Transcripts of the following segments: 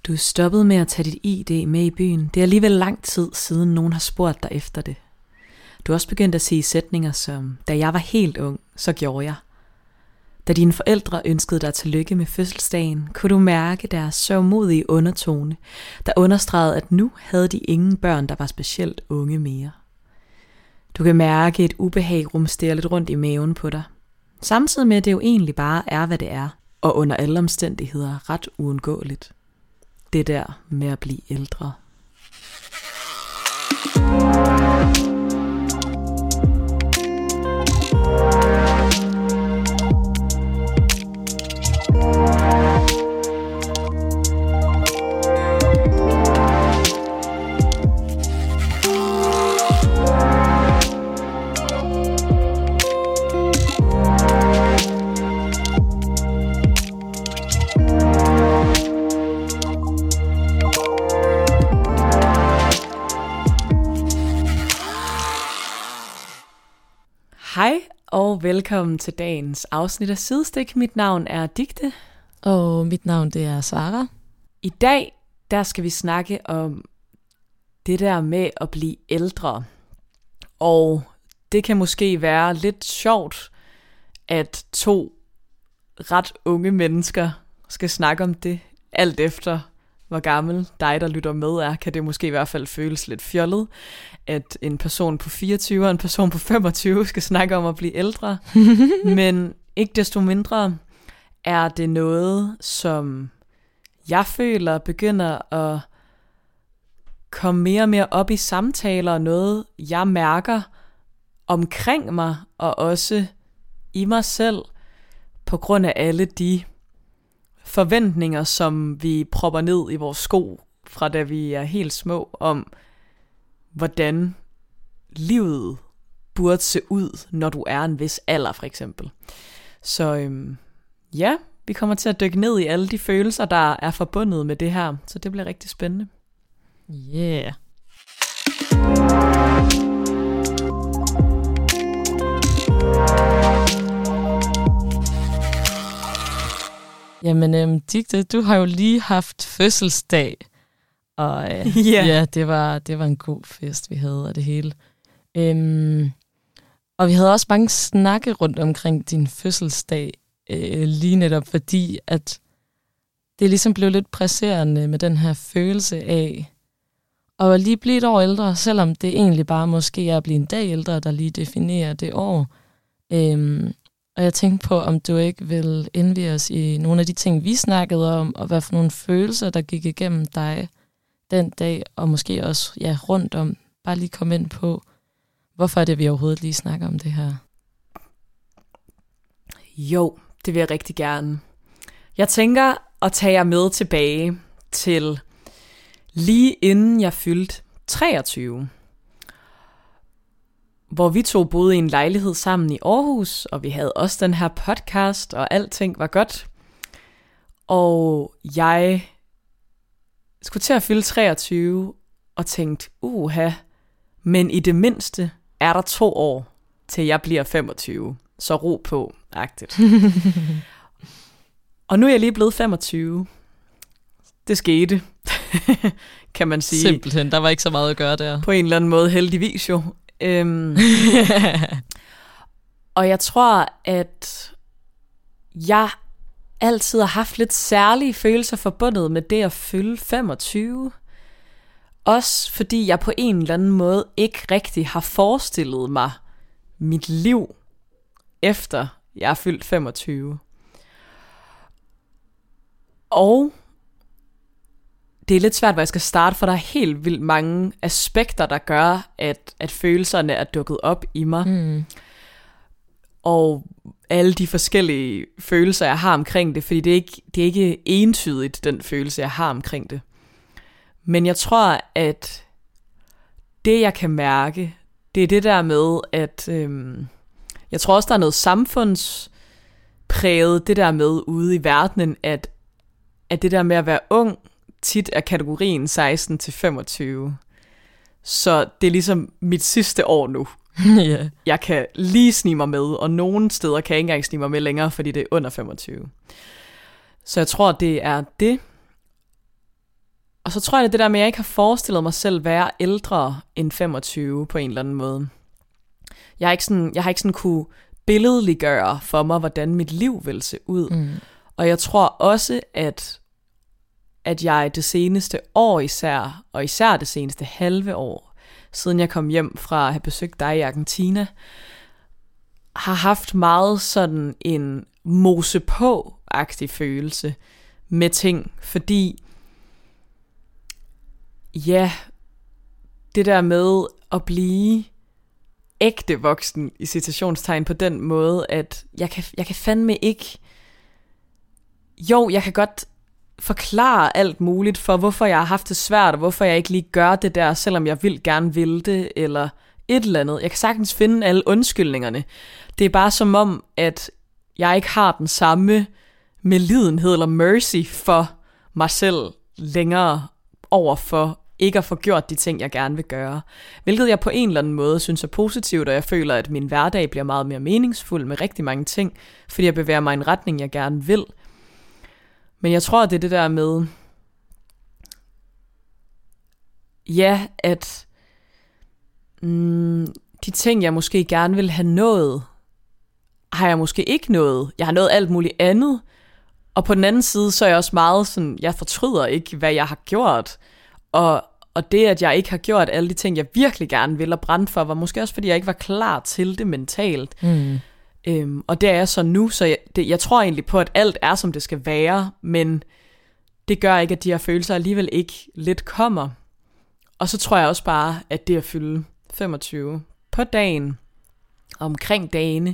Du er stoppet med at tage dit ID med i byen. Det er alligevel lang tid siden nogen har spurgt dig efter det. Du er også begyndt at sige sætninger som, da jeg var helt ung, så gjorde jeg. Da dine forældre ønskede dig tillykke med fødselsdagen, kunne du mærke deres sørgmodige undertone, der understregede, at nu havde de ingen børn, der var specielt unge mere. Du kan mærke et ubehag rumstere lidt rundt i maven på dig. Samtidig med, at det jo egentlig bare er, hvad det er, og under alle omstændigheder ret uundgåeligt. Det der med at blive ældre. Hej og velkommen til dagens afsnit af Sidestik. Mit navn er Digte. Og mit navn det er Sara. I dag der skal vi snakke om det der med at blive ældre. Og det kan måske være lidt sjovt, at to ret unge mennesker skal snakke om det. Alt efter hvor gammel dig, der lytter med, er, kan det måske i hvert fald føles lidt fjollet, at en person på 24 og en person på 25 skal snakke om at blive ældre. Men ikke desto mindre er det noget, som jeg føler begynder at komme mere og mere op i samtaler, og noget jeg mærker omkring mig, og også i mig selv, på grund af alle de forventninger, som vi propper ned i vores sko, fra da vi er helt små, om hvordan livet burde se ud, når du er en vis alder, for eksempel. Så ja, vi kommer til at dykke ned i alle de følelser, der er forbundet med det her, så det bliver rigtig spændende. Yeah. Jamen, Digte, du har jo lige haft fødselsdag, og ja, det var en god fest, vi havde af det hele. Og vi havde også mange snakke rundt omkring din fødselsdag, lige netop fordi, at det ligesom blev lidt presserende med den her følelse af at lige blive et år ældre, selvom det egentlig bare måske er at blive en dag ældre, der lige definerer det år. Og jeg tænkte på, om du ikke vil indvie os i nogle af de ting, vi snakkede om, og hvad for nogle følelser, der gik igennem dig den dag, og måske også rundt om. Bare lige komme ind på, hvorfor er det, vi overhovedet lige snakker om det her? Jo, det vil jeg rigtig gerne. Jeg tænker at tage jer med tilbage til lige inden jeg fyldte 23. Hvor vi to boede i en lejlighed sammen i Aarhus, og vi havde også den her podcast, og alting var godt. Og jeg skulle til at fylde 23, og tænkte, men i det mindste er der 2 år, til jeg bliver 25. Så ro på, agtigt. Og nu er jeg lige blevet 25. Det skete, kan man sige. Simpelthen, der var ikke så meget at gøre der. På en eller anden måde, heldigvis jo. Og jeg tror, at jeg altid har haft lidt særlige følelser forbundet med det at fylde 25. Også fordi jeg på en eller anden måde ikke rigtig har forestillet mig mit liv efter jeg er fyldt 25. Og det er lidt svært, hvor jeg skal starte, for der er helt vildt mange aspekter, der gør, at følelserne er dukket op i mig. Og alle de forskellige følelser, jeg har omkring det, fordi det er ikke entydigt, den følelse, jeg har omkring det. Men jeg tror, at det, jeg kan mærke, det er det der med, at jeg tror også, der er noget samfundspræget, det der med ude i verdenen, at det der med at være ung, tit er kategorien 16 til 25. Så det er ligesom mit sidste år nu. Yeah. Jeg kan lige snige mig med, og nogle steder kan jeg ikke engang snige mig med længere, fordi det er under 25. Så jeg tror, det er det. Og så tror jeg, det der med, at jeg ikke har forestillet mig selv være ældre end 25 på en eller anden måde. Jeg har ikke sådan kunne billedliggøre for mig, hvordan mit liv vil se ud. Mm. Og jeg tror også, at jeg det seneste år især, og især det seneste halve år, siden jeg kom hjem fra at have besøgt dig i Argentina, har haft meget sådan en mose på-agtig følelse med ting, fordi ja, det der med at blive ægte voksen i citationstegn på den måde, at jeg kan fandme ikke, jo, jeg kan godt forklare alt muligt for, hvorfor jeg har haft det svært, og hvorfor jeg ikke lige gør det der, selvom jeg gerne vil det, eller et eller andet. Jeg kan sagtens finde alle undskyldningerne. Det er bare som om, at jeg ikke har den samme medlidenhed eller mercy for mig selv længere overfor ikke at få gjort de ting, jeg gerne vil gøre. Hvilket jeg på en eller anden måde synes er positivt, og jeg føler, at min hverdag bliver meget mere meningsfuld med rigtig mange ting, fordi jeg bevæger mig i en retning, jeg gerne vil. Men jeg tror, det er det der med, ja, at de ting, jeg måske gerne vil have nået, har jeg måske ikke nået. Jeg har nået alt muligt andet. Og på den anden side, så er jeg også meget sådan, jeg fortryder ikke, hvad jeg har gjort. Og det, at jeg ikke har gjort alle de ting, jeg virkelig gerne vil og brænde for, var måske også, fordi jeg ikke var klar til det mentalt. Og det er jeg så nu, så jeg tror egentlig på, at alt er, som det skal være, men det gør ikke, at de her følelser alligevel ikke lidt kommer. Og så tror jeg også bare, at det at fylde 25 på dagen, omkring dagene,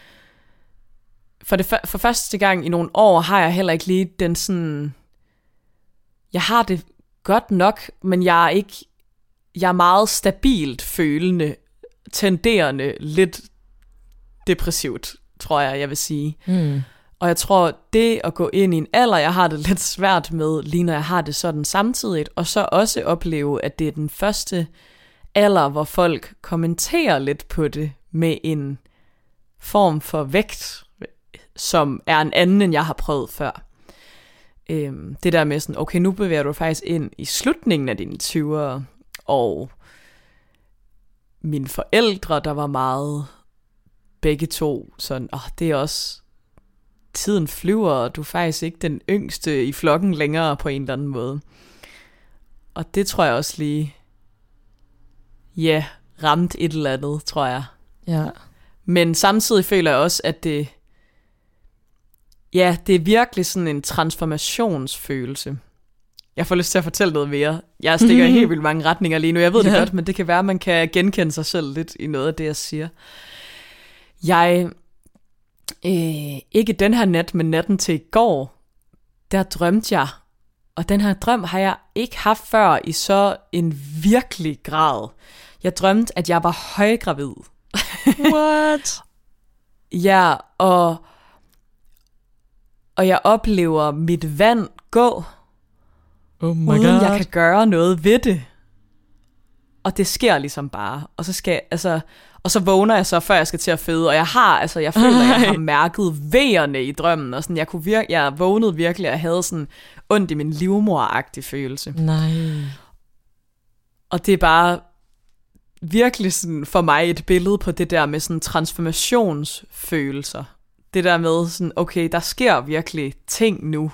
for første gang i nogle år, har jeg heller ikke lige den sådan, jeg har det godt nok, men jeg er meget stabilt følende, tenderende, lidt depressivt, tror jeg vil sige. Og jeg tror, det at gå ind i en alder, jeg har det lidt svært med, lige når jeg har det sådan samtidigt, og så også opleve, at det er den første alder, hvor folk kommenterer lidt på det med en form for vægt, som er en anden, end jeg har prøvet før. Det der med sådan, okay, nu bevæger du faktisk ind i slutningen af dine 20'ere, og mine forældre, der var meget begge to sådan, det er også, tiden flyver, og du er faktisk ikke den yngste i flokken længere på en eller anden måde. Og det tror jeg også lige, ramt et eller andet, tror jeg. Ja. Men samtidig føler jeg også, at det er virkelig sådan en transformationsfølelse. Jeg får lyst til at fortælle noget mere. Jeg stikker i helt vildt mange retninger lige nu. Jeg ved det godt, men det kan være, at man kan genkende sig selv lidt i noget af det, jeg siger. Jeg, ikke den her nat, men natten til i går, der drømte jeg. Og den her drøm har jeg ikke haft før i så en virkelig grad. Jeg drømte, at jeg var højgravid. What? Ja, og jeg oplever mit vand gå, uden jeg kan gøre noget ved det. Og det sker ligesom bare. Og så vågner jeg så, før jeg skal til at føde. Og jeg føler, at jeg har mærket vejerne i drømmen. Og sådan, jeg vågnede virkelig og havde sådan ondt i min livmor-agtig følelse. Nej. Og det er bare virkelig sådan for mig et billede på det der med sådan transformationsfølelser. Det der med sådan, okay, der sker virkelig ting nu.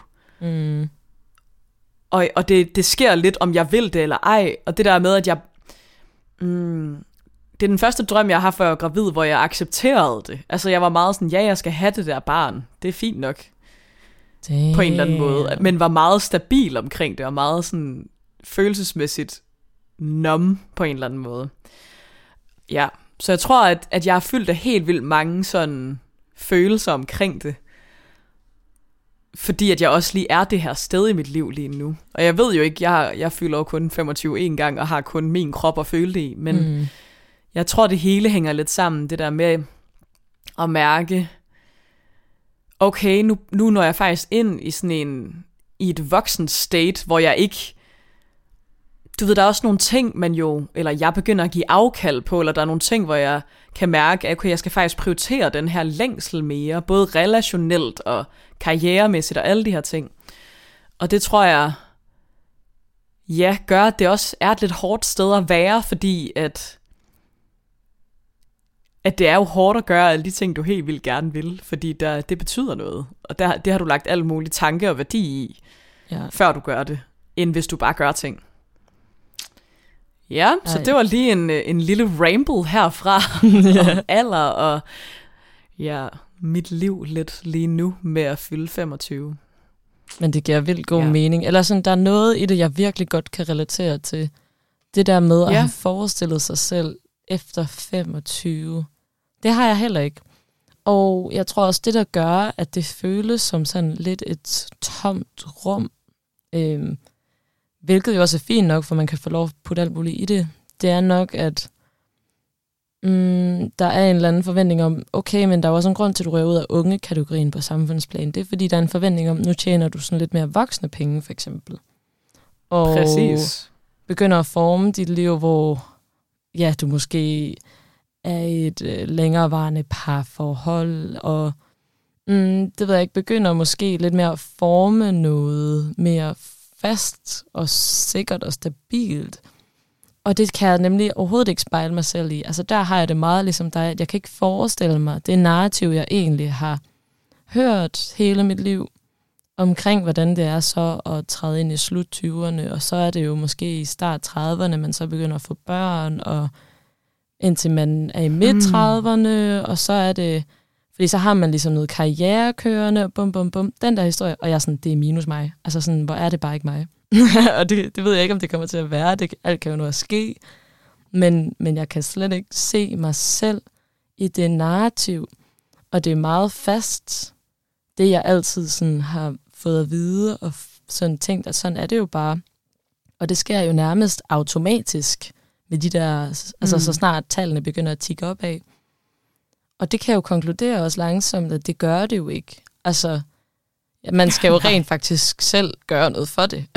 Og det sker lidt, om jeg vil det eller ej. Og det der med, at jeg det er den første drøm, jeg har før jeg var gravid, hvor jeg accepterede det. Altså jeg var meget sådan, jeg skal have det der barn. Det er fint nok. Damn. På en eller anden måde. Men var meget stabil omkring det, og meget sådan følelsesmæssigt numb på en eller anden måde. Ja, så jeg tror, at jeg har fyldt af helt vildt mange sådan følelser omkring det. Fordi at jeg også lige er det her sted i mit liv lige nu. Og jeg ved jo ikke, jeg fylder jo kun 25 en gang, og har kun min krop at føle det i. Men jeg tror, det hele hænger lidt sammen. Det der med at mærke, okay, nu når jeg faktisk ind i sådan i et voksen state, hvor jeg ikke, du ved, der er også nogle ting, eller jeg begynder at give afkald på, eller der er nogle ting, hvor jeg kan mærke, at okay, jeg skal faktisk prioritere den her længsel mere, både relationelt og karrieremæssigt og alle de her ting. Og det tror jeg, ja, gør, at det også er et lidt hårdt sted at være, fordi at det er jo hårdt at gøre alle de ting, du helt vildt gerne vil, fordi det betyder noget. Og det har du lagt alle mulige tanker og værdi i, før du gør det, end hvis du bare gør ting. Ja, så det var lige en lille ramble herfra om alder og mit liv lidt lige nu med at fylde 25. Men det giver vildt god mening. Eller sådan, der er noget i det, jeg virkelig godt kan relatere til. Det der med at have forestillet sig selv efter 25. Det har jeg heller ikke. Og jeg tror også, det der gør, at det føles som sådan lidt et tomt rum, hvilket jo også er fint nok, for man kan få lov at putte alt muligt i det. Det er nok, at der er en eller anden forventning om, okay, men der er også en grund til, at du rører ud af unge-kategorien på samfundsplan. Det er, fordi der er en forventning om, nu tjener du sådan lidt mere voksne penge, for eksempel. Og præcis. Begynder at forme dit liv, hvor du måske er i et længerevarende parforhold, og det ved jeg ikke, begynder måske lidt mere at forme noget mere fast og sikkert og stabilt. Og det kan jeg nemlig overhovedet ikke spejle mig selv i. Altså der har jeg det meget ligesom dig, at jeg kan ikke forestille mig det narrativ, jeg egentlig har hørt hele mit liv, omkring hvordan det er så at træde ind i slut 20'erne, og så er det jo måske i start 30'erne, man så begynder at få børn, og indtil man er i midt-30'erne, og så er det, fordi så har man ligesom noget karriere kørende, og bum, bum, bum, den der historie, og jeg er sådan, det er minus mig. Altså sådan, hvor er det bare ikke mig? Og det ved jeg ikke, om det kommer til at være. Alt kan jo nu at ske. Men jeg kan slet ikke se mig selv i det narrativ. Og det er meget fast. Det jeg altid sådan har fået at vide, og sådan tænkt, at sådan er det jo bare. Og det sker jo nærmest automatisk med de der, altså så snart tallene begynder at tikke op af. Og det kan jo konkludere også langsomt, at det gør det jo ikke. Altså, man skal jo rent faktisk selv gøre noget for det.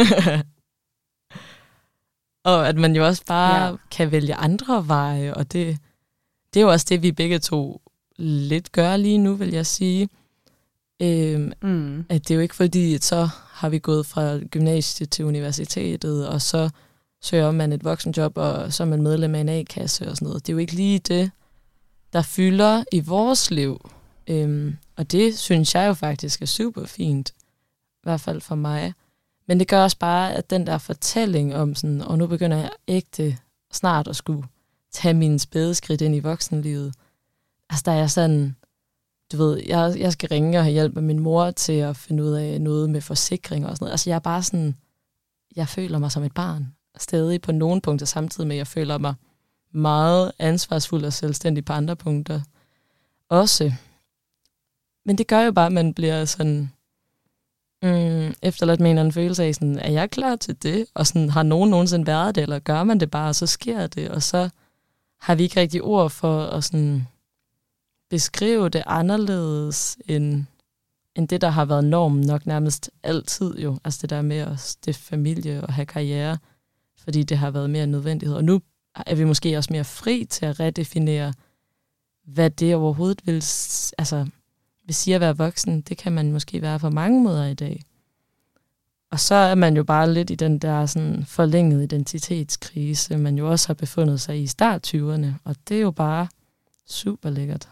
Og at man jo også bare kan vælge andre veje, og det er jo også det, vi begge to lidt gør lige nu, vil jeg sige. At det er jo ikke fordi, at så har vi gået fra gymnasiet til universitetet, og så søger man et voksenjob, og så er man medlem af en A-kasse og sådan noget. Det er jo ikke lige det, der fylder i vores liv. Og det synes jeg jo faktisk er super fint, i hvert fald for mig. Men det gør også bare, at den der fortælling om sådan, og nu begynder jeg ægte snart at skulle tage mine spædeskridt ind i voksenlivet. Altså der er jeg sådan, du ved, jeg skal ringe og have hjælp af min mor til at finde ud af noget med forsikring og sådan noget. Altså jeg er bare sådan, jeg føler mig som et barn. Stadig på nogle punkter, samtidig med, at jeg føler mig meget ansvarsfuld og selvstændig på andre punkter også. Men det gør jo bare, at man bliver sådan efterladt med en eller anden følelse af sådan, er jeg klar til det? Og sådan, har nogen nogensinde været det, eller gør man det bare, og så sker det, og så har vi ikke rigtig ord for at sådan beskrive det anderledes end det, der har været normen nok nærmest altid jo. Altså det der med at stifte familie og have karriere, fordi det har været mere en nødvendighed. Og nu er vi måske også mere fri til at redefinere, hvad det overhovedet vil sige at være voksen. Det kan man måske være på mange måder i dag. Og så er man jo bare lidt i den der sådan forlængede identitetskrise, man jo også har befundet sig i start 20'erne. Og det er jo bare super lækkert.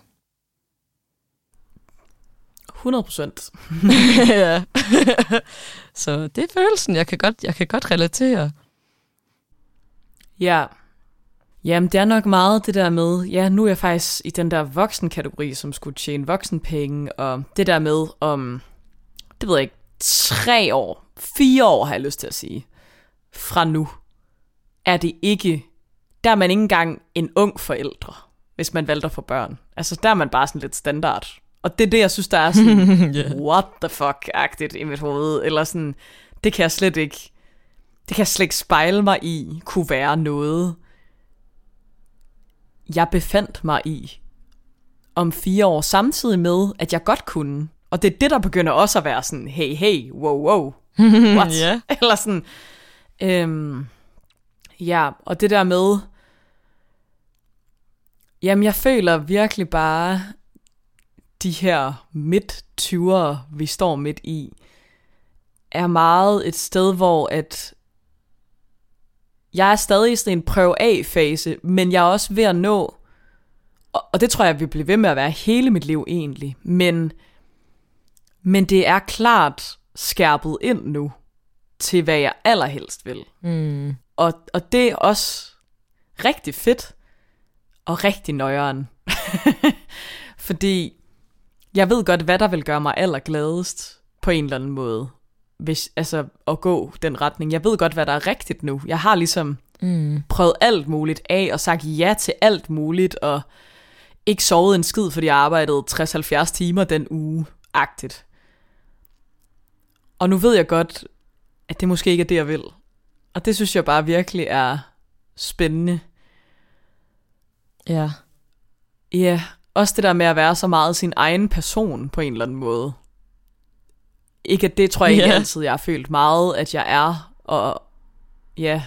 100%. Ja. Så det er følelsen, jeg kan godt relatere. Ja. Jamen, det er nok meget det der med, nu er jeg faktisk i den der voksenkategori, som skulle tjene voksenpenge, og det der med om, det ved jeg ikke, 3 år, 4 år har jeg lyst til at sige, fra nu, er det ikke, der er man ikke engang en ung forældre, hvis man valgte at få børn. Altså, der er man bare sådan lidt standard. Og det er det, jeg synes, der er sådan, what the fuck-agtigt i mit hoved, eller sådan, det kan jeg slet ikke spejle mig i, kunne være noget, jeg befandt mig i om 4 år, samtidig med, at jeg godt kunne. Og det er det, der begynder også at være sådan, hey, wow, what? Yeah. Eller sådan, og det der med, jamen jeg føler virkelig bare, de her midt-20'ere, vi står midt i, er meget et sted, hvor at jeg er stadig i sådan en prøve af fase, men jeg er også ved at nå, og det tror jeg vil blive ved med at være hele mit liv egentlig, men det er klart skærpet ind nu til hvad jeg allerhelst vil. Og det er også rigtig fedt og rigtig nøjeren. Fordi jeg ved godt, hvad der vil gøre mig allergladest på en eller anden måde, hvis, altså at gå den retning. Jeg ved godt, hvad der er rigtigt nu. Jeg har ligesom prøvet alt muligt af og sagt ja til alt muligt, og ikke sovet en skid, fordi jeg arbejdede 60-70 timer den uge-agtigt. Og nu ved jeg godt, at det måske ikke er det, jeg vil. Og det synes jeg bare virkelig er spændende. Ja. Ja, også det der med at være så meget sin egen person på en eller anden måde. Ikke at det tror jeg ikke altid, jeg har følt meget, at jeg er. Og ja.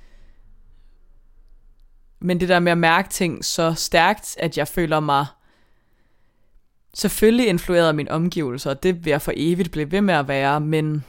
Men det der med at mærke ting så stærkt, at jeg føler mig selvfølgelig influeret af mine omgivelser, og det vil jeg for evigt blive ved med at være, men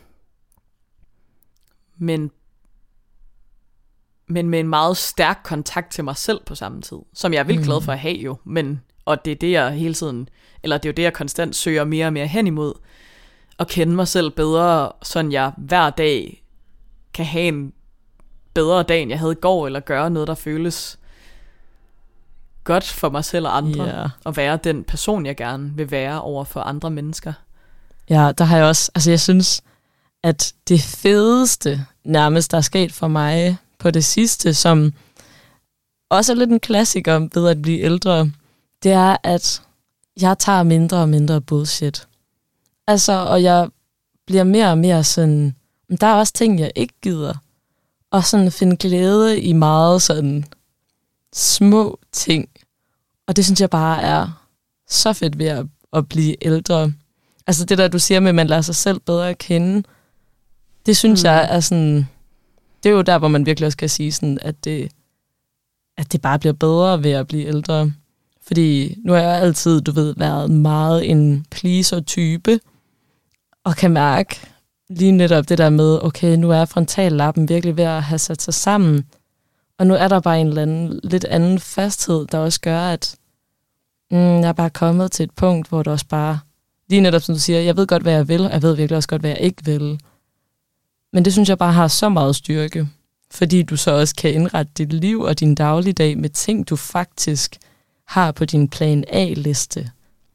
med en meget stærk kontakt til mig selv på samme tid, som jeg er vildt glad for at have jo, og det er det, jeg hele tiden, eller det er jo det, jeg konstant søger mere og mere hen imod, at kende mig selv bedre, sådan jeg hver dag kan have en bedre dag, end jeg havde i går, eller gøre noget, der føles godt for mig selv og andre, og være den person, jeg gerne vil være over for andre mennesker. Ja, der har jeg også, altså jeg synes, at det fedeste nærmest, der er sket for mig på det sidste, som også er lidt en klassiker ved at blive ældre, det er, at jeg tager mindre og mindre bullshit. Altså, og jeg bliver mere og mere sådan, der er også ting, jeg ikke gider. Og sådan finde glæde i meget sådan små ting. Og det synes jeg bare er så fedt ved at blive ældre. Altså det der, du siger med, at man lader sig selv bedre at kende, det synes jeg er sådan, det er jo der, hvor man virkelig også kan sige sådan, at det bare bliver bedre ved at blive ældre. Fordi nu har jeg altid, du ved, været meget en pleaser-type, og kan mærke lige netop det der med, okay, nu er frontallappen virkelig ved at have sat sig sammen, og nu er der bare en eller anden lidt anden fasthed, der også gør, at jeg er bare kommet til et punkt, hvor det også bare, lige netop som du siger, jeg ved godt, hvad jeg vil, og jeg ved virkelig også godt, hvad jeg ikke vil. Men det synes jeg bare har så meget styrke, fordi du så også kan indrette dit liv og din dagligdag med ting, du faktisk har på din plan A-liste.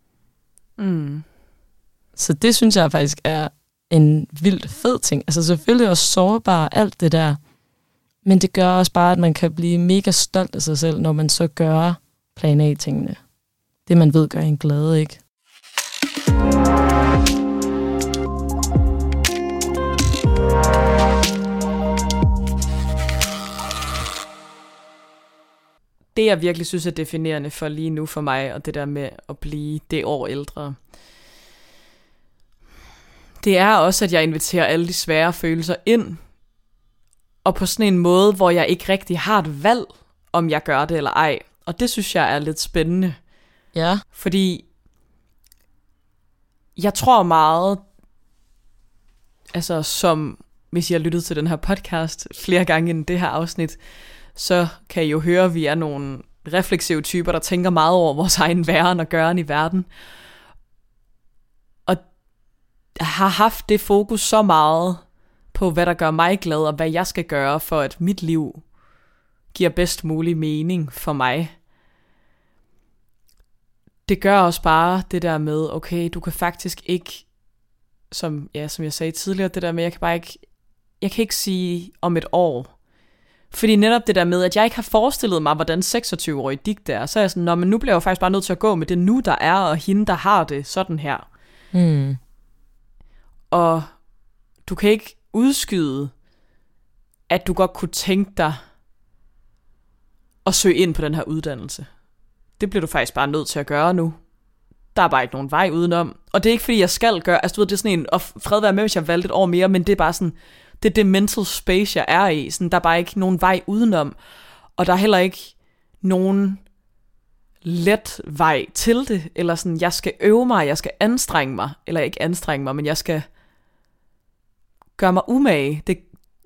Så det synes jeg faktisk er en vildt fed ting. Altså selvfølgelig også sårbar, alt det der. Men det gør også bare, at man kan blive mega stolt af sig selv, når man så gør plan A-tingene. Det man ved gør en glad, ikke? Det jeg virkelig synes er definerende for lige nu for mig, og det der med at blive det år ældre, det er også, at jeg inviterer alle de svære følelser ind, og på sådan en måde, hvor jeg ikke rigtig har et valg, om jeg gør det eller ej. Og det synes jeg er lidt spændende. Ja. Fordi jeg tror meget, altså som hvis I har lyttet til den her podcast flere gange end det her afsnit, så kan I jo høre, at vi er nogle refleksive typer, der tænker meget over vores egen væren og gøren i verden. Og har haft det fokus så meget på, hvad der gør mig glad, og hvad jeg skal gøre, for at mit liv giver bedst mulig mening for mig. Det gør også bare det der med, okay, du kan faktisk ikke, som jeg sagde tidligere, det der med, jeg kan ikke sige om et år. Fordi netop det der med, at jeg ikke har forestillet mig, hvordan 26-årig Dick er, så er jeg sådan, men nu bliver jeg jo faktisk bare nødt til at gå med det nu, der er, og hende, der har det sådan her. Og du kan ikke udskyde, at du godt kunne tænke dig at søge ind på den her uddannelse. Det bliver du faktisk bare nødt til at gøre nu. Der er bare ikke nogen vej udenom. Og det er ikke fordi jeg skal gøre, altså du ved, det er sådan en, og fred være med, hvis jeg valgte et år mere, men det er bare sådan, det er det mental space, jeg er i. Sådan, der er bare ikke nogen vej udenom. Og der er heller ikke nogen let vej til det. Eller sådan, jeg skal øve mig, jeg skal anstrenge mig. Eller ikke anstrenge mig, men jeg skal gøre mig umage.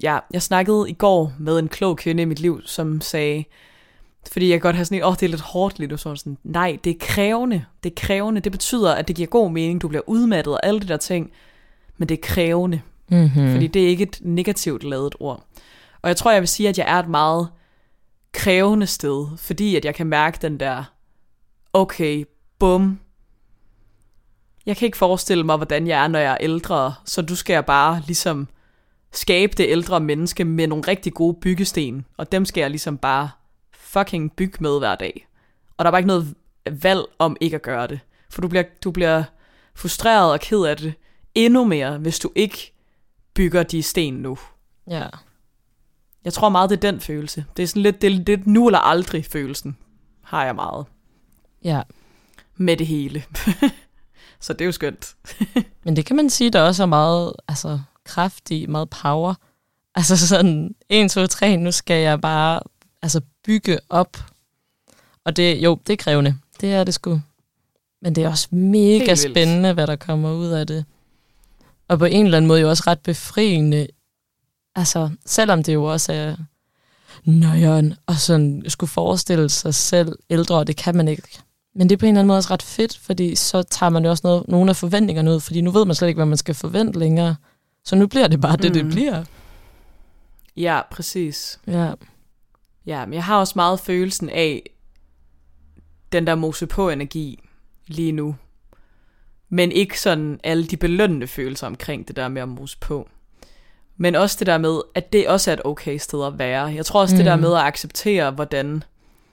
jeg snakkede i går med en klog kvinde i mit liv, som sagde, fordi jeg kan godt have sådan det er lidt hårdt lidt, og sådan, nej, det er krævende. Det er krævende. Det betyder, at det giver god mening, du bliver udmattet og alle de der ting, men det er krævende. Mm-hmm. Fordi det er ikke et negativt ladet ord. Og jeg tror, jeg vil sige, at jeg er et meget krævende sted, fordi at jeg kan mærke den der, okay, bum. Jeg kan ikke forestille mig, hvordan jeg er, når jeg er ældre, så du skal bare ligesom skabe det ældre menneske med nogle rigtig gode byggesten, og dem skal jeg ligesom bare fucking bygge med hver dag. Og der er bare ikke noget valg om ikke at gøre det. For du bliver frustreret og ked af det endnu mere, hvis du ikke bygger de sten nu. Ja. Jeg tror meget, det er den følelse. Det er sådan lidt, det er nu eller aldrig følelsen, har jeg meget. Ja. Med det hele. Så det er jo skønt. Men det kan man sige, der også er meget kraft i, meget power. Altså sådan, 1, 2, 3, nu skal jeg bare bygge op. Og det er krævende. Det er det sgu. Men det er også mega spændende, hvad der kommer ud af det. Og på en eller anden måde jo også ret befriende. Altså, selvom det jo også er nøjeren, og sådan skulle forestille sig selv ældre, det kan man ikke. Men det er på en eller anden måde også ret fedt, fordi så tager man jo også nogle af forventningerne ud, fordi nu ved man slet ikke, hvad man skal forvente længere. Så nu bliver det bare det bliver. Ja, præcis. Ja. Ja, men jeg har også meget følelsen af den der mose på energi lige nu. Men ikke sådan alle de belønnende følelser omkring det der med at mose på. Men også det der med, at det også er et okay sted at være. Jeg tror også det der med at acceptere, hvordan...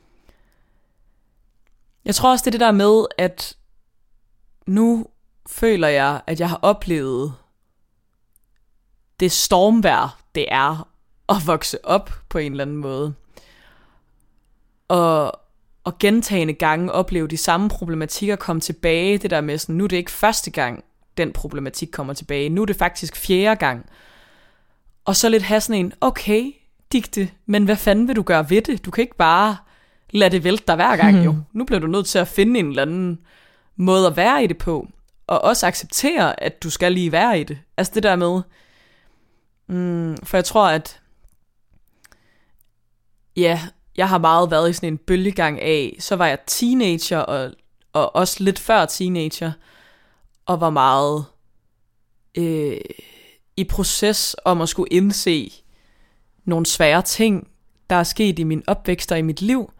Jeg tror også det der med, at nu føler jeg, at jeg har oplevet det stormvejr, det er at vokse op på en eller anden måde. Og gentagende gange opleve de samme problematikker komme tilbage. Det der med sådan, nu er det ikke første gang, den problematik kommer tilbage. Nu er det faktisk 4. gang. Og så lidt have sådan en, okay, digte, men hvad fanden vil du gøre ved det? Du kan ikke bare lade det vælte dig hver gang jo. Nu bliver du nødt til at finde en eller anden måde at være i det på. Og også acceptere, at du skal lige være i det. Altså det der med, for jeg tror, at ja, jeg har meget været i sådan en bølgegang af, så var jeg teenager, og også lidt før teenager, og var meget i proces om at skulle indse nogle svære ting, der er sket i min opvækst og i mit liv,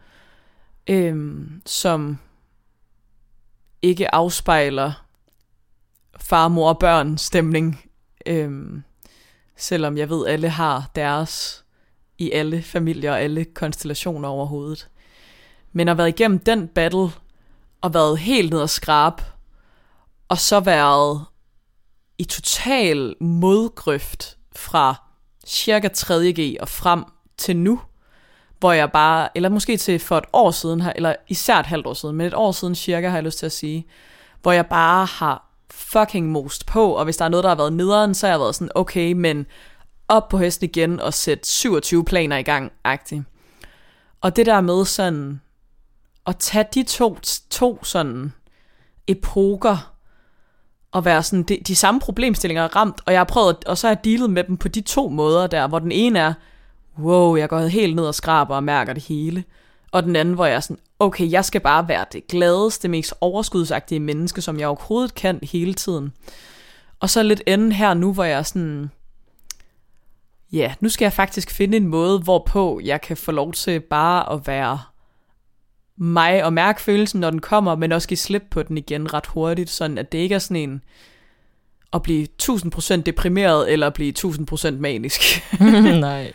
som ikke afspejler far, mor og børn stemning, selvom jeg ved, alle har deres i alle familier og alle konstellationer overhovedet. Men at have været igennem den battle, og været helt ned og skrab, og så været i total modgrøft fra cirka 3.G og frem til nu, hvor jeg bare, eller måske til for et år siden, eller især et halvt år siden, men et år siden cirka, har jeg lyst til at sige, hvor jeg bare har fucking most på, og hvis der er noget, der har været nederen, så har jeg været sådan, okay, men op på hesten igen og sætte 27 planer i gang, agtigt. Og det der med sådan, at tage de to sådan epoker, og være sådan, de samme problemstillinger er ramt, og jeg har prøvet, og så har jeg dealet med dem på de 2 måder der, hvor den ene er, wow, jeg går helt ned og skraber og mærker det hele, og den anden, hvor jeg er sådan, okay, jeg skal bare være det gladeste, mest overskudsagtige menneske, som jeg overhovedet kan hele tiden. Og så lidt enden her nu, hvor jeg er sådan, ja, nu skal jeg faktisk finde en måde, hvorpå jeg kan få lov til bare at være mig og mærke følelsen, når den kommer, men også give slip på den igen ret hurtigt, sådan at det ikke er sådan en at blive 1000% deprimeret, eller blive 1000% manisk. Nej.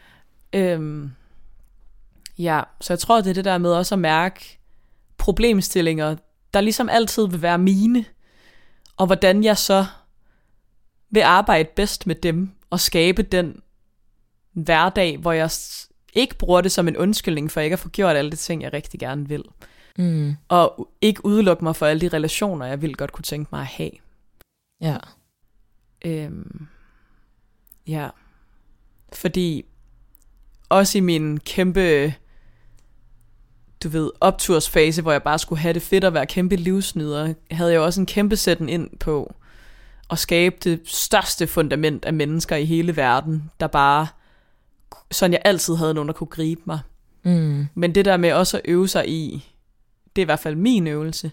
Ja, så jeg tror, det er det der med også at mærke problemstillinger, der ligesom altid vil være mine, og hvordan jeg så vil arbejde bedst med dem, og skabe den hverdag, hvor jeg ikke bruger det som en undskyldning, for ikke at få gjort alle de ting, jeg rigtig gerne vil. Og ikke udelukke mig for alle de relationer, jeg vil godt kunne tænke mig at have. Ja. Ja. Fordi også i min kæmpe, du ved, optursfase, hvor jeg bare skulle have det fedt at være kæmpe livsnyder, havde jeg også en kæmpe sætten ind på at skabe det største fundament af mennesker i hele verden, der bare, sådan jeg altid havde nogen, der kunne gribe mig. Men det der med også at øve sig i, det er i hvert fald min øvelse,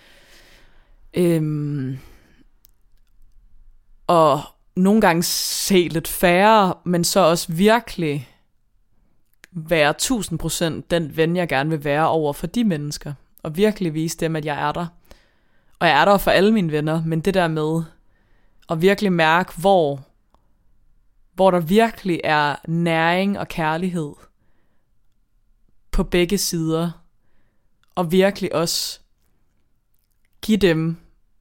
og nogle gange se lidt færre, men så også virkelig være 1000% den ven, jeg gerne vil være over for de mennesker, og virkelig vise dem, at jeg er der. Og jeg er der for alle mine venner, men det der med at virkelig mærke, hvor der virkelig er næring og kærlighed på begge sider, og virkelig også give dem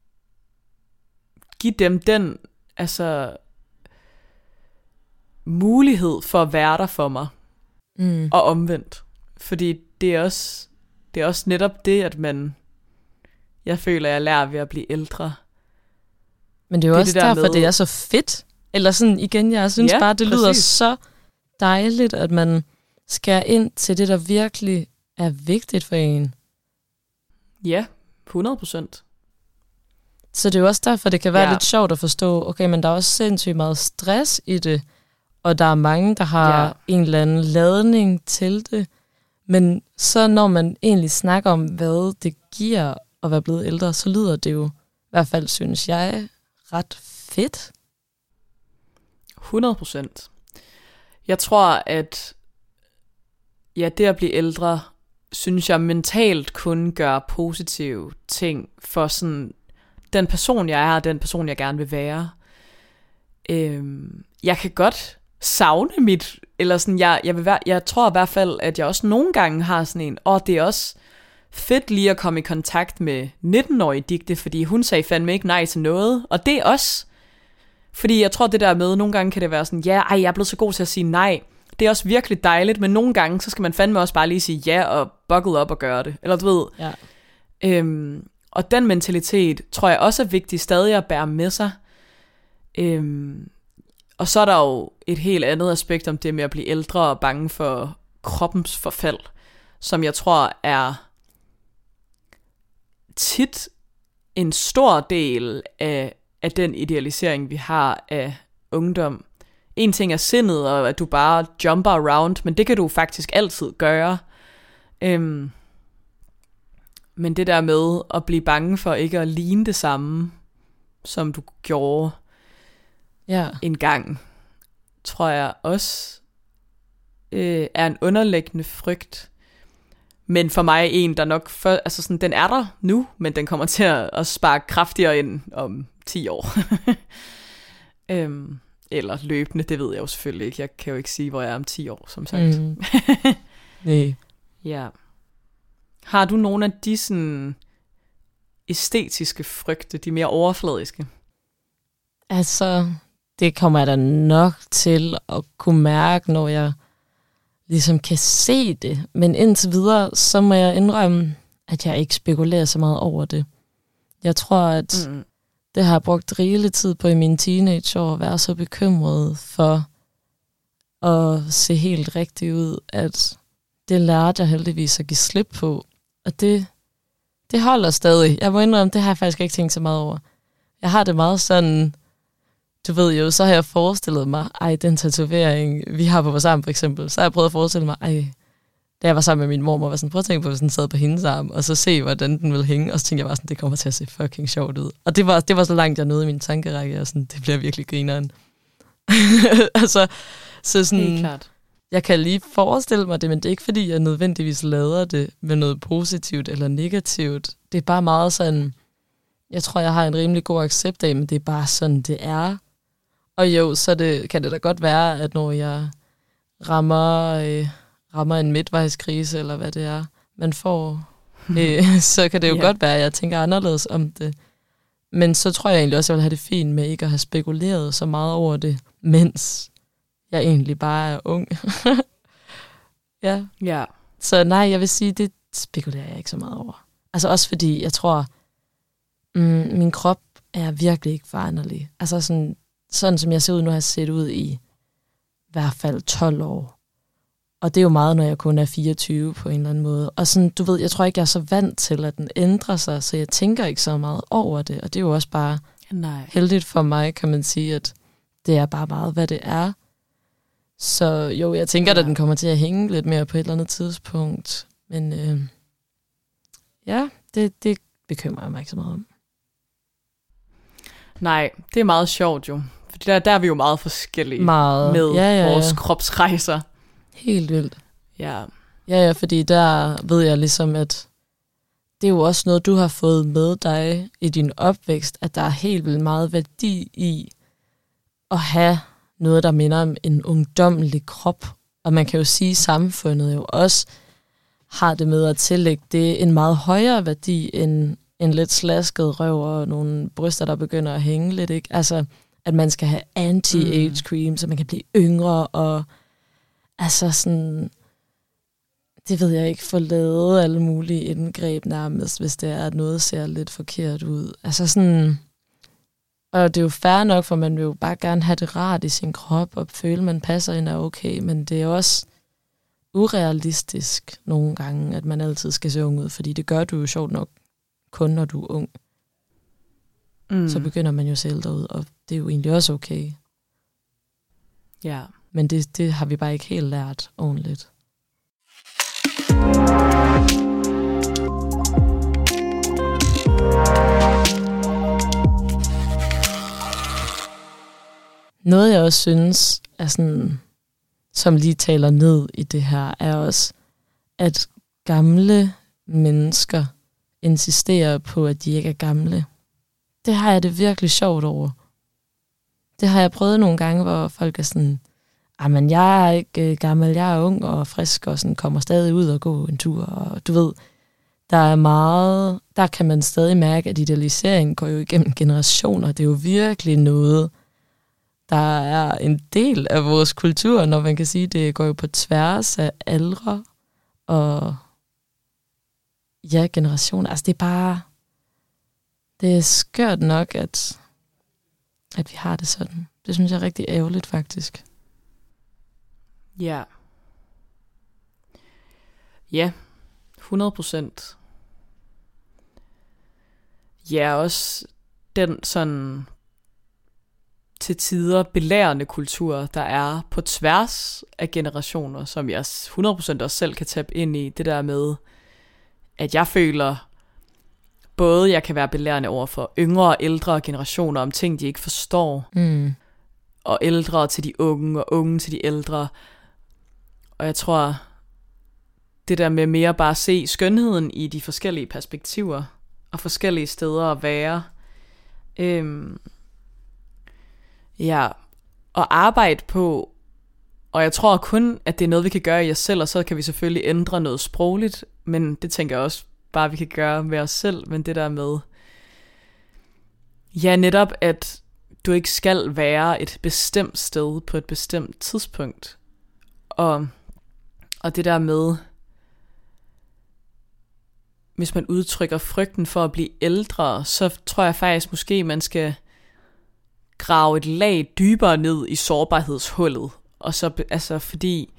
den mulighed for at være der for mig, og omvendt. Fordi det er også netop det, at jeg føler, jeg lærer ved at blive ældre. Men det er jo også derfor, det er så fedt. Eller sådan igen, jeg synes bare, det lyder så dejligt, at man skærer ind til det, der virkelig er vigtigt for en. Ja, 100%. Så det er jo også derfor, det kan være lidt sjovt at forstå, okay, men der er også sindssygt meget stress i det, og der er mange, der har en eller anden ladning til det. Men så når man egentlig snakker om, hvad det giver at være blevet ældre, så lyder det jo, i hvert fald synes jeg, ret fedt. 100%. Jeg tror, at det at blive ældre, synes jeg mentalt kun gør positive ting for sådan den person, jeg er, og den person, jeg gerne vil være. Jeg kan godt savne mit, eller sådan, jeg tror i hvert fald, at jeg også nogle gange har sådan en, det er også fedt lige at komme i kontakt med 19-årige Digte, fordi hun sagde fandme ikke nej til noget, og det er også, fordi jeg tror det der med, nogle gange kan det være sådan, jeg er blevet så god til at sige nej, det er også virkelig dejligt, men nogle gange, så skal man fandme også bare lige sige ja, og buckle op og gøre det, eller du ved. Ja. Og den mentalitet, tror jeg også er vigtig stadig at bære med sig. Og så er der jo et helt andet aspekt om det med at blive ældre og bange for kroppens forfald, som jeg tror er tit en stor del af den idealisering, vi har af ungdom. En ting er sindet, og at du bare jumper around, men det kan du faktisk altid gøre. Men det der med at blive bange for ikke at ligne det samme, som du gjorde en gang, tror jeg også er en underliggende frygt. Men for mig en, der nok, den er der nu, men den kommer til at sparke kraftigere ind om 10 år. Eller løbende, det ved jeg jo selvfølgelig ikke. Jeg kan jo ikke sige, hvor jeg er om 10 år, som sagt. Nej. Ja. Har du nogle af de sådan æstetiske frygte, de mere overfladiske? Altså, det kommer jeg da nok til at kunne mærke, når jeg ligesom kan se det. Men indtil videre, så må jeg indrømme, at jeg ikke spekulerer så meget over det. Jeg tror, at det har jeg brugt rigelig tid på i mine teenageår, at være så bekymret for at se helt rigtigt ud, at det lærte jeg heldigvis at give slip på. Og det holder stadig. Jeg må indrømme, det har jeg faktisk ikke tænkt så meget over. Jeg har det meget sådan, du ved jo, så har jeg forestillet mig, den tatovering, vi har på vores arm for eksempel, så har jeg prøvet at forestille mig, da jeg var sammen med min mormor, var sådan, prøv at tænke på, hvis den sad på hendes arm, og så se, hvordan den ville hænge, og så tænkte jeg bare sådan, det kommer til at se fucking sjovt ud. Og det var så langt, jeg nåede i min tankerække, og sådan, det bliver virkelig grineren. Altså, så sådan, helt klart. Jeg kan lige forestille mig det, men det er ikke fordi, jeg nødvendigvis lader det med noget positivt eller negativt. Det er bare meget sådan, jeg tror, jeg har en rimelig god accept af, men det er bare sådan, det er. Og jo, så kan det da godt være, at når jeg rammer en midtvejskrise, eller hvad det er, man får, så kan det jo godt være, at jeg tænker anderledes om det. Men så tror jeg egentlig også, at jeg vil have det fint med ikke at have spekuleret så meget over det, mens jeg egentlig bare er ung. Ja. Så nej, jeg vil sige, det spekulerer jeg ikke så meget over. Altså også fordi, jeg tror, min krop er virkelig ikke foranderlig. Altså sådan som jeg ser ud nu, har jeg set ud i hvert fald 12 år. Og det er jo meget, når jeg kun er 24 på en eller anden måde. Og sådan, du ved, jeg tror ikke, jeg er så vant til, at den ændrer sig, så jeg tænker ikke så meget over det. Og det er jo også bare Nej. Heldigt for mig, kan man sige, at det er bare meget, hvad det er. Så jo, jeg tænker, at den kommer til at hænge lidt mere på et eller andet tidspunkt. Men ja, det bekymrer jeg mig ikke så meget om. Nej, det er meget sjovt jo. For der er vi jo meget forskellige meget. med vores kropsrejser. Helt vildt. Ja. Ja, fordi der ved jeg ligesom, at det er jo også noget, du har fået med dig i din opvækst, at der er helt vildt meget værdi i at have noget, der minder om en ungdommelig krop. Og man kan jo sige, at samfundet jo også har det med at tillægge det en meget højere værdi end en lidt slasket røv og nogle bryster, der begynder at hænge lidt, ikke? Altså, at man skal have anti-age cream, så man kan blive yngre, og altså sådan, det ved jeg ikke, få lavet alle mulige indgreb nærmest, hvis det er, at noget ser lidt forkert ud. Altså sådan, og det er jo fair nok, for man vil jo bare gerne have det rart i sin krop, og føle, man passer ind er okay, men det er også urealistisk nogle gange, at man altid skal se ung ud, fordi det gør du jo sjovt nok kun, når du er ung. Så begynder man jo at se ældre ud, og det er jo egentlig også okay. Ja. Men det har vi bare ikke helt lært ordentligt. Noget jeg også synes er sådan, som lige taler ned i det her, er også, at gamle mennesker insisterer på, at de ikke er gamle. Det har jeg det virkelig sjovt over. Det har jeg prøvet nogle gange, hvor folk er sådan, men jeg er ikke gammel, jeg er ung og frisk, og sådan kommer stadig ud og gå en tur. Og du ved, der er meget, der kan man stadig mærke, at idealisering går jo igennem generationer. Det er jo virkelig noget, der er en del af vores kultur, når man kan sige, det går jo på tværs af aldre og generationer. Altså det er bare, det er skørt nok, at vi har det sådan. Det synes jeg er rigtig ærgerligt, faktisk. Ja. Ja, 100%. Ja, også den sådan til tider belærende kultur, der er på tværs af generationer, som jeg 100% også selv kan tabe ind i. Det der med, at jeg føler, både jeg kan være belærende over for yngre og ældre generationer om ting, de ikke forstår, og ældre til de unge, og unge til de ældre. Og jeg tror, det der med mere bare at se skønheden i de forskellige perspektiver, og forskellige steder at være, ja, og arbejde på, og jeg tror kun, at det er noget, vi kan gøre i os selv, og så kan vi selvfølgelig ændre noget sprogligt, men det tænker jeg også bare, vi kan gøre med os selv, men det der med, ja, netop, at du ikke skal være et bestemt sted på et bestemt tidspunkt, og det der med, hvis man udtrykker frygten for at blive ældre, så tror jeg faktisk måske, man skal grave et lag dybere ned i sårbarhedshullet. Og så, altså fordi,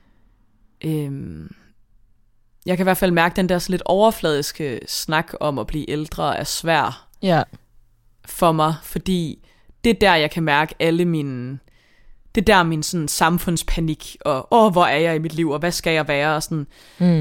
jeg kan i hvert fald mærke, den der så lidt overfladiske snak om at blive ældre er svær for mig, fordi det er der, jeg kan mærke alle mine, det er der min sådan samfundspanik, og hvor er jeg i mit liv, og hvad skal jeg være, og sådan.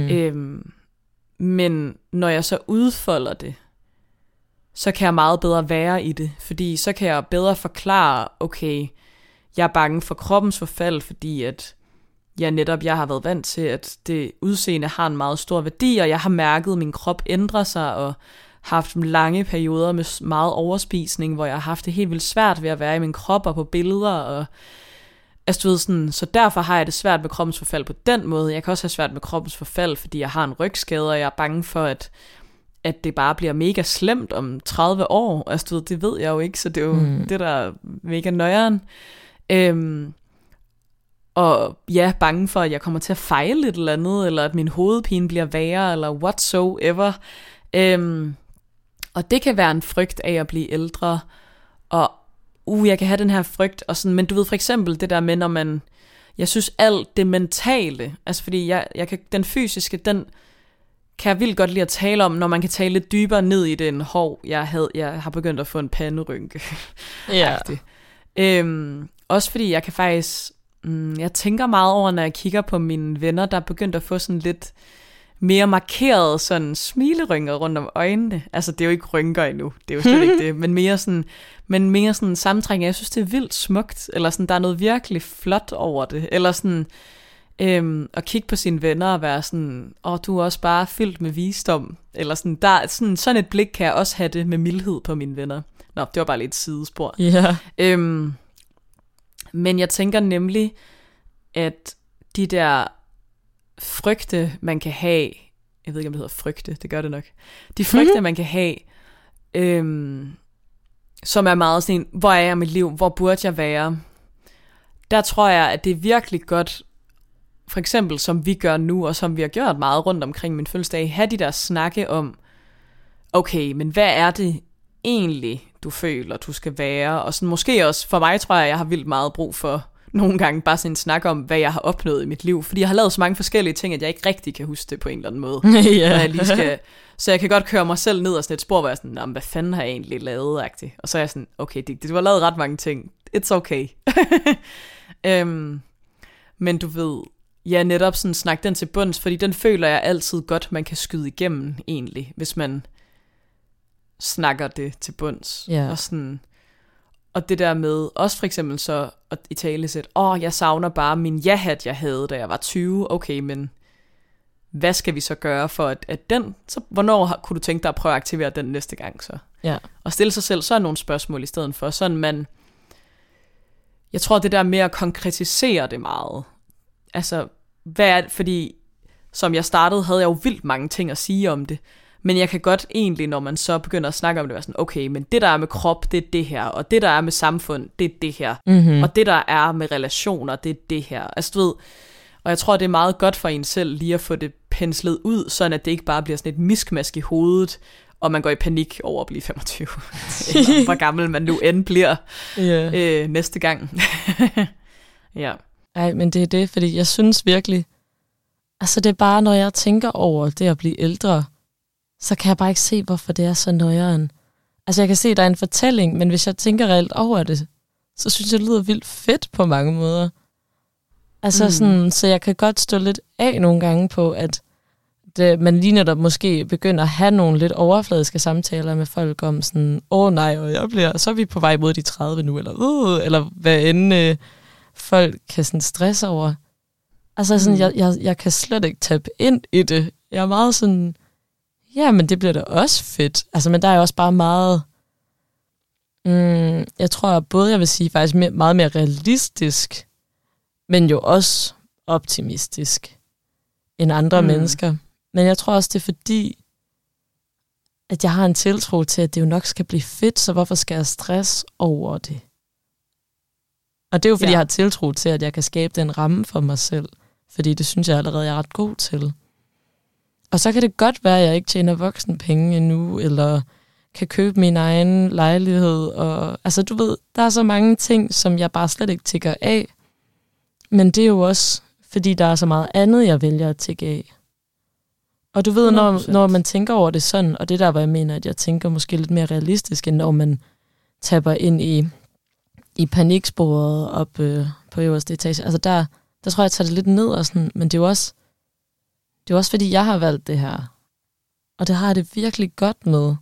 Men når jeg så udfolder det, så kan jeg meget bedre være i det, fordi så kan jeg bedre forklare, okay, jeg er bange for kroppens forfald, fordi at jeg har været vant til, at det udseende har en meget stor værdi, og jeg har mærket, at min krop ændrer sig, og haft lange perioder med meget overspisning, hvor jeg har haft det helt vildt svært ved at være i min krop og på billeder, og altså, du ved, sådan, så derfor har jeg det svært med kroppens forfald på den måde. Jeg kan også have svært med kroppens forfald, fordi jeg har en rygskade, og jeg er bange for, at det bare bliver mega slemt om 30 år. Altså, du ved, det ved jeg jo ikke, så det er jo det, der er mega nøjeren. Og ja, bange for, at jeg kommer til at fejle et eller andet, eller at min hovedpine bliver værre, eller whatsoever. Og det kan være en frygt af at blive ældre, og jeg kan have den her frygt, og sådan, men du ved for eksempel det der med, når man, jeg synes alt det mentale, altså fordi jeg kan, den fysiske, den kan jeg vildt godt lide at tale om, når man kan tale lidt dybere ned i den jeg har begyndt at få en panderynke. Ja. Også fordi jeg kan faktisk, jeg tænker meget over, når jeg kigger på mine venner, der er begyndt at få sådan lidt mere markeret sådan smilerynker rundt om øjnene. Altså det er jo ikke rynker endnu, det er jo slet ikke det, men mere sådan sammentrækning. Jeg synes det er vildt smukt, eller sådan der er noget virkelig flot over det, eller sådan at kigge på sine venner og være sådan, du er også bare fyldt med visdom, eller sådan, der er sådan et blik kan jeg også have det med mildhed på mine venner. Nå, det var bare lidt et sidespor. Ja. Men jeg tænker nemlig, at de der frygte, man kan have, jeg ved ikke, om det hedder frygte, det gør det nok, de frygte, man kan have, som er meget sådan, hvor er jeg i mit liv, hvor burde jeg være, der tror jeg, at det er virkelig godt, for eksempel som vi gør nu, og som vi har gjort meget rundt omkring min fødselsdag, have de der snakke om, okay, men hvad er det egentlig, du føler, du skal være, og sådan måske også, for mig tror jeg har vildt meget brug for, nogle gange bare sådan en snak om, hvad jeg har opnået i mit liv, fordi jeg har lavet så mange forskellige ting, at jeg ikke rigtig kan huske det på en eller anden måde. Ja. Jeg lige skal, så jeg kan godt køre mig selv ned og sådan et spor, hvor jeg er sådan, hvad fanden har jeg egentlig lavet, -agtigt. Og så er jeg sådan, okay, du har lavet ret mange ting, it's okay. Men du ved, ja, netop sådan snak den til bunds, fordi den føler jeg altid godt, man kan skyde igennem egentlig, hvis man snakker det til bunds. Ja. Og det der med, også for eksempel så at i talesæt, jeg savner bare min ja-hat, jeg havde, da jeg var 20. Okay, men hvad skal vi så gøre for, at den, så hvornår kunne du tænke dig at prøve at aktivere den næste gang så? Ja. Og stille sig selv sådan nogle spørgsmål i stedet for, sådan man, jeg tror det der med at konkretisere det meget, altså, hvad er det, fordi som jeg startede, havde jeg jo vildt mange ting at sige om det, men jeg kan godt egentlig, når man så begynder at snakke om det, være sådan, okay, men det der er med krop, det er det her, og det der er med samfund, det er det her, og det der er med relationer, det er det her. Altså du ved, og jeg tror, det er meget godt for en selv lige at få det penslet ud, sådan at det ikke bare bliver sådan et miskmask i hovedet, og man går i panik over at blive 25. Eller hvor gammel man nu end bliver næste gang. Ja. Ej, men det er det, fordi jeg synes virkelig, altså det er bare, når jeg tænker over det at blive ældre, så kan jeg bare ikke se, hvorfor det er så nøjeren. Altså jeg kan se, at der er en fortælling, men hvis jeg tænker reelt over det, så synes jeg, det lyder vildt fedt på mange måder. Altså sådan, så jeg kan godt stå lidt af nogle gange på, at man lige netop måske begynder at have nogle lidt overfladiske samtaler med folk om sådan, nej, og så er vi på vej mod de 30 nu, eller hvad end folk kan sådan stresse over. Altså sådan, jeg kan slet ikke tabe ind i det. Jeg er meget sådan, ja, men det bliver da også fedt. Altså, men der er jo også bare meget, jeg tror både, jeg vil sige faktisk meget mere realistisk, men jo også optimistisk end andre mennesker. Men jeg tror også, det er fordi, at jeg har en tiltro til, at det jo nok skal blive fedt, så hvorfor skal jeg stress over det? Og det er jo fordi, jeg har tiltro til, at jeg kan skabe den ramme for mig selv, fordi det synes jeg allerede, jeg er ret god til. Og så kan det godt være, at jeg ikke tjener voksenpenge endnu, eller kan købe min egen lejlighed. Og, altså du ved, der er så mange ting, som jeg bare slet ikke tikker af. Men det er jo også, fordi der er så meget andet, jeg vælger at tikke af. Og du ved, når man tænker over det sådan, og det der, hvor jeg mener, at jeg tænker måske lidt mere realistisk, end når man tapper ind i paniksporet op på øverste etage. Altså der tror jeg, jeg tager det lidt ned og sådan, men det er jo også fordi, jeg har valgt det her. Og det har jeg det virkelig godt med.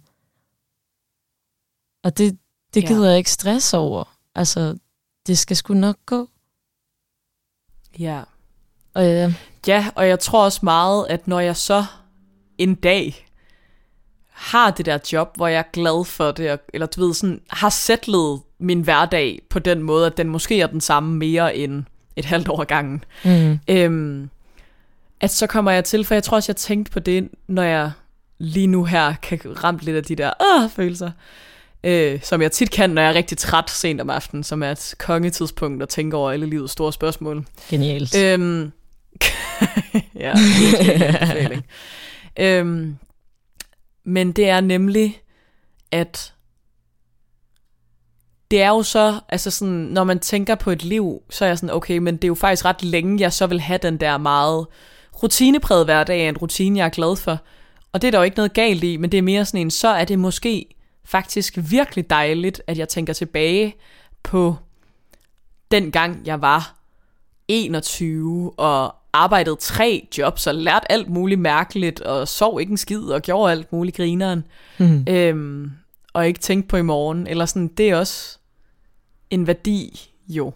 Og det gider jeg ikke stress over. Altså, det skal sgu nok gå. Ja. Og og jeg tror også meget, at når jeg så en dag har det der job, hvor jeg er glad for det, eller du ved, sådan, har settlet min hverdag på den måde, at den måske er den samme mere end et halvt år ad gangen. At så kommer jeg til, for jeg tror også, jeg tænkte på det, når jeg lige nu her kan ramme lidt af de der følelser, som jeg tit kan, når jeg er rigtig træt sent om aftenen, som er et kongetidspunkt at tænke over alle livets store spørgsmål. Genialt. Ja, men det er nemlig, at det er jo så, altså sådan, når man tænker på et liv, så er jeg sådan, okay, men det er jo faktisk ret længe, jeg så vil have den der meget rutinepræget hverdag, en rutine, jeg er glad for. Og det er der jo ikke noget galt i, men det er mere sådan en, så er det måske faktisk virkelig dejligt, at jeg tænker tilbage på den gang jeg var 21 og arbejdede 3 jobs og lærte alt muligt mærkeligt og sov ikke en skid og gjorde alt muligt grineren. Og ikke tænkte på i morgen. Eller sådan, det er også en værdi jo.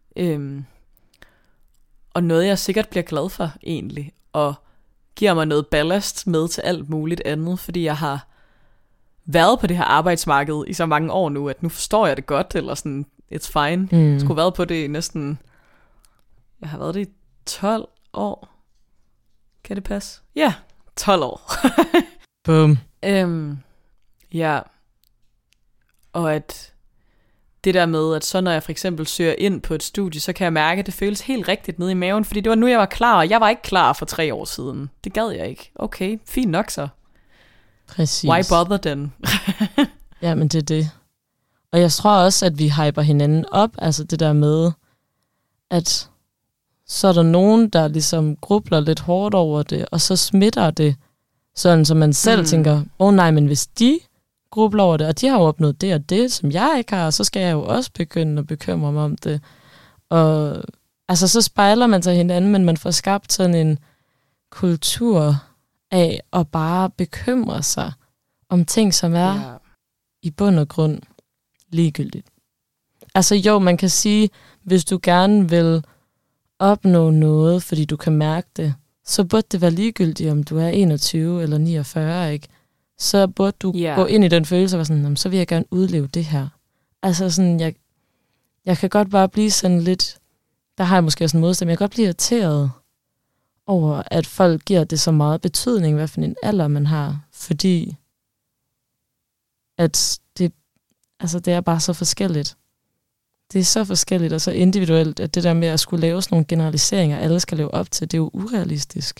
Og noget jeg sikkert bliver glad for egentlig. Og giver mig noget ballast med til alt muligt andet. Fordi jeg har været på det her arbejdsmarked i så mange år nu, at nu forstår jeg det godt. Eller sådan, it's fine. Jeg skulle have været på det i næsten... Jeg har været det i 12 år. Kan det passe? Ja, 12 år. Boom. Ja. Og at det der med, at så når jeg for eksempel søger ind på et studie, så kan jeg mærke, at det føles helt rigtigt nede i maven, fordi det var nu, jeg var klar, og jeg var ikke klar for 3 år siden. Det gad jeg ikke. Okay, fint nok så. Præcis. Why bother then? Ja, men det er det. Og jeg tror også, at vi hyper hinanden op, altså det der med, at så er der nogen, der ligesom grubler lidt hårdt over det, og så smitter det, sådan så man selv tænker, nej, men hvis de grubler over det, og de har jo opnået det og det, som jeg ikke har, så skal jeg jo også begynde at bekymre mig om det. Og altså, så spejler man sig hinanden, men man får skabt sådan en kultur af at bare bekymre sig om ting, som er i bund og grund ligegyldigt. Altså jo, man kan sige, hvis du gerne vil opnå noget, fordi du kan mærke det, så burde det være ligegyldigt, om du er 21 eller 49, ikke? Så burde du gå ind i den følelse og være sådan, så vil jeg gerne udleve det her. Altså sådan, jeg kan godt bare blive sådan lidt, der har jeg måske også en modstand, men jeg kan godt blive irriteret over, at folk giver det så meget betydning, hvad for en alder man har, fordi at det er bare så forskelligt. Det er så forskelligt og så individuelt, at det der med at skulle lave sådan nogle generaliseringer, alle skal leve op til, det er jo urealistisk.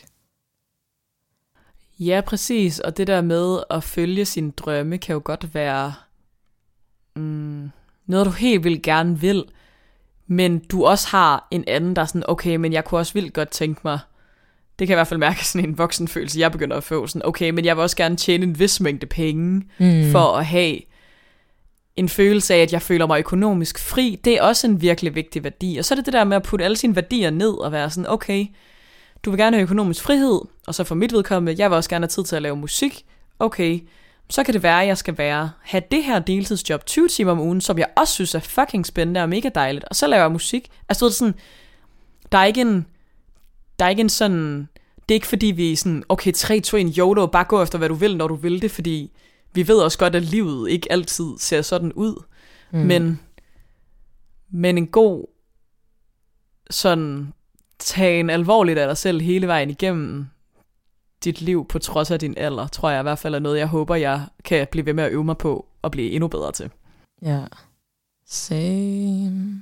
Ja, præcis. Og det der med at følge sine drømme, kan jo godt være noget, du helt vildt gerne vil, men du også har en anden, der er sådan, okay, men jeg kunne også vildt godt tænke mig, det kan jeg i hvert fald mærke sådan en voksenfølelse, jeg begynder at få sådan, okay, men jeg vil også gerne tjene en vis mængde penge, for at have en følelse af, at jeg føler mig økonomisk fri. Det er også en virkelig vigtig værdi. Og så er det det der med at putte alle sine værdier ned og være sådan, okay, du vil gerne have økonomisk frihed, og så for mit vedkommende, jeg vil også gerne have tid til at lave musik. Okay, så kan det være, at jeg skal have det her deltidsjob 20 timer om ugen, som jeg også synes er fucking spændende og mega dejligt. Og så laver jeg musik. Altså det er sådan, der er ikke en sådan, det er ikke fordi vi er sådan, okay, 3, 2, 1, YOLO, bare gå efter hvad du vil, når du vil det, fordi vi ved også godt, at livet ikke altid ser sådan ud. Men en god sådan tagen alvorligt af dig selv hele vejen igennem dit liv på trods af din alder, tror jeg i hvert fald er noget, jeg håber, jeg kan blive ved med at øve mig på og blive endnu bedre til. Ja, same.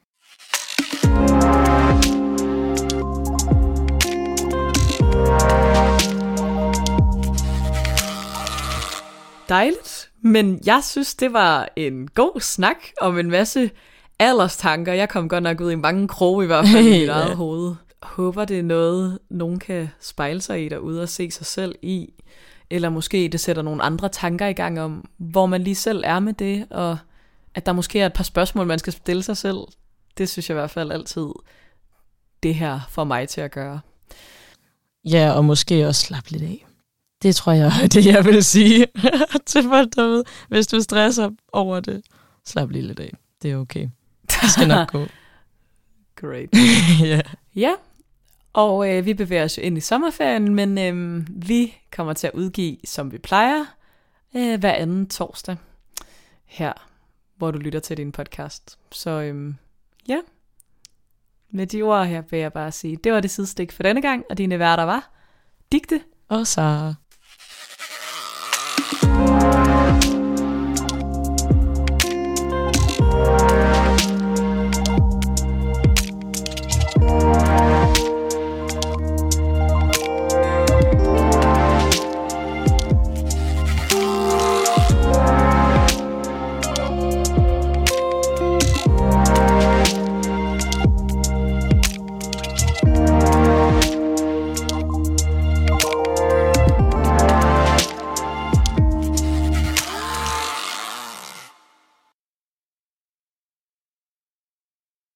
Dejligt, men jeg synes, det var en god snak om en masse alderstanker. Jeg kom godt nok ud i mange kroge i hvert fald i mit eget hoved. Håber, det er noget, nogen kan spejle sig i derude og se sig selv i. Eller måske det sætter nogle andre tanker i gang om, hvor man lige selv er med det, og at der måske er et par spørgsmål, man skal stille sig selv. Det synes jeg i hvert fald altid, det her får mig til at gøre. Ja, og måske også slappe lidt af. Det tror jeg er det, jeg vil sige til folk derude. Hvis du stresser over det, slap lige lidt af. Det er okay. Det skal nok gå. Great. Yeah. Ja, og vi bevæger os jo ind i sommerferien, men vi kommer til at udgive, som vi plejer, hver anden torsdag her, hvor du lytter til din podcast. Så ja, med de ord her vil jeg bare sige, det var det sidestik for denne gang, og dine værter var Digte og Sara.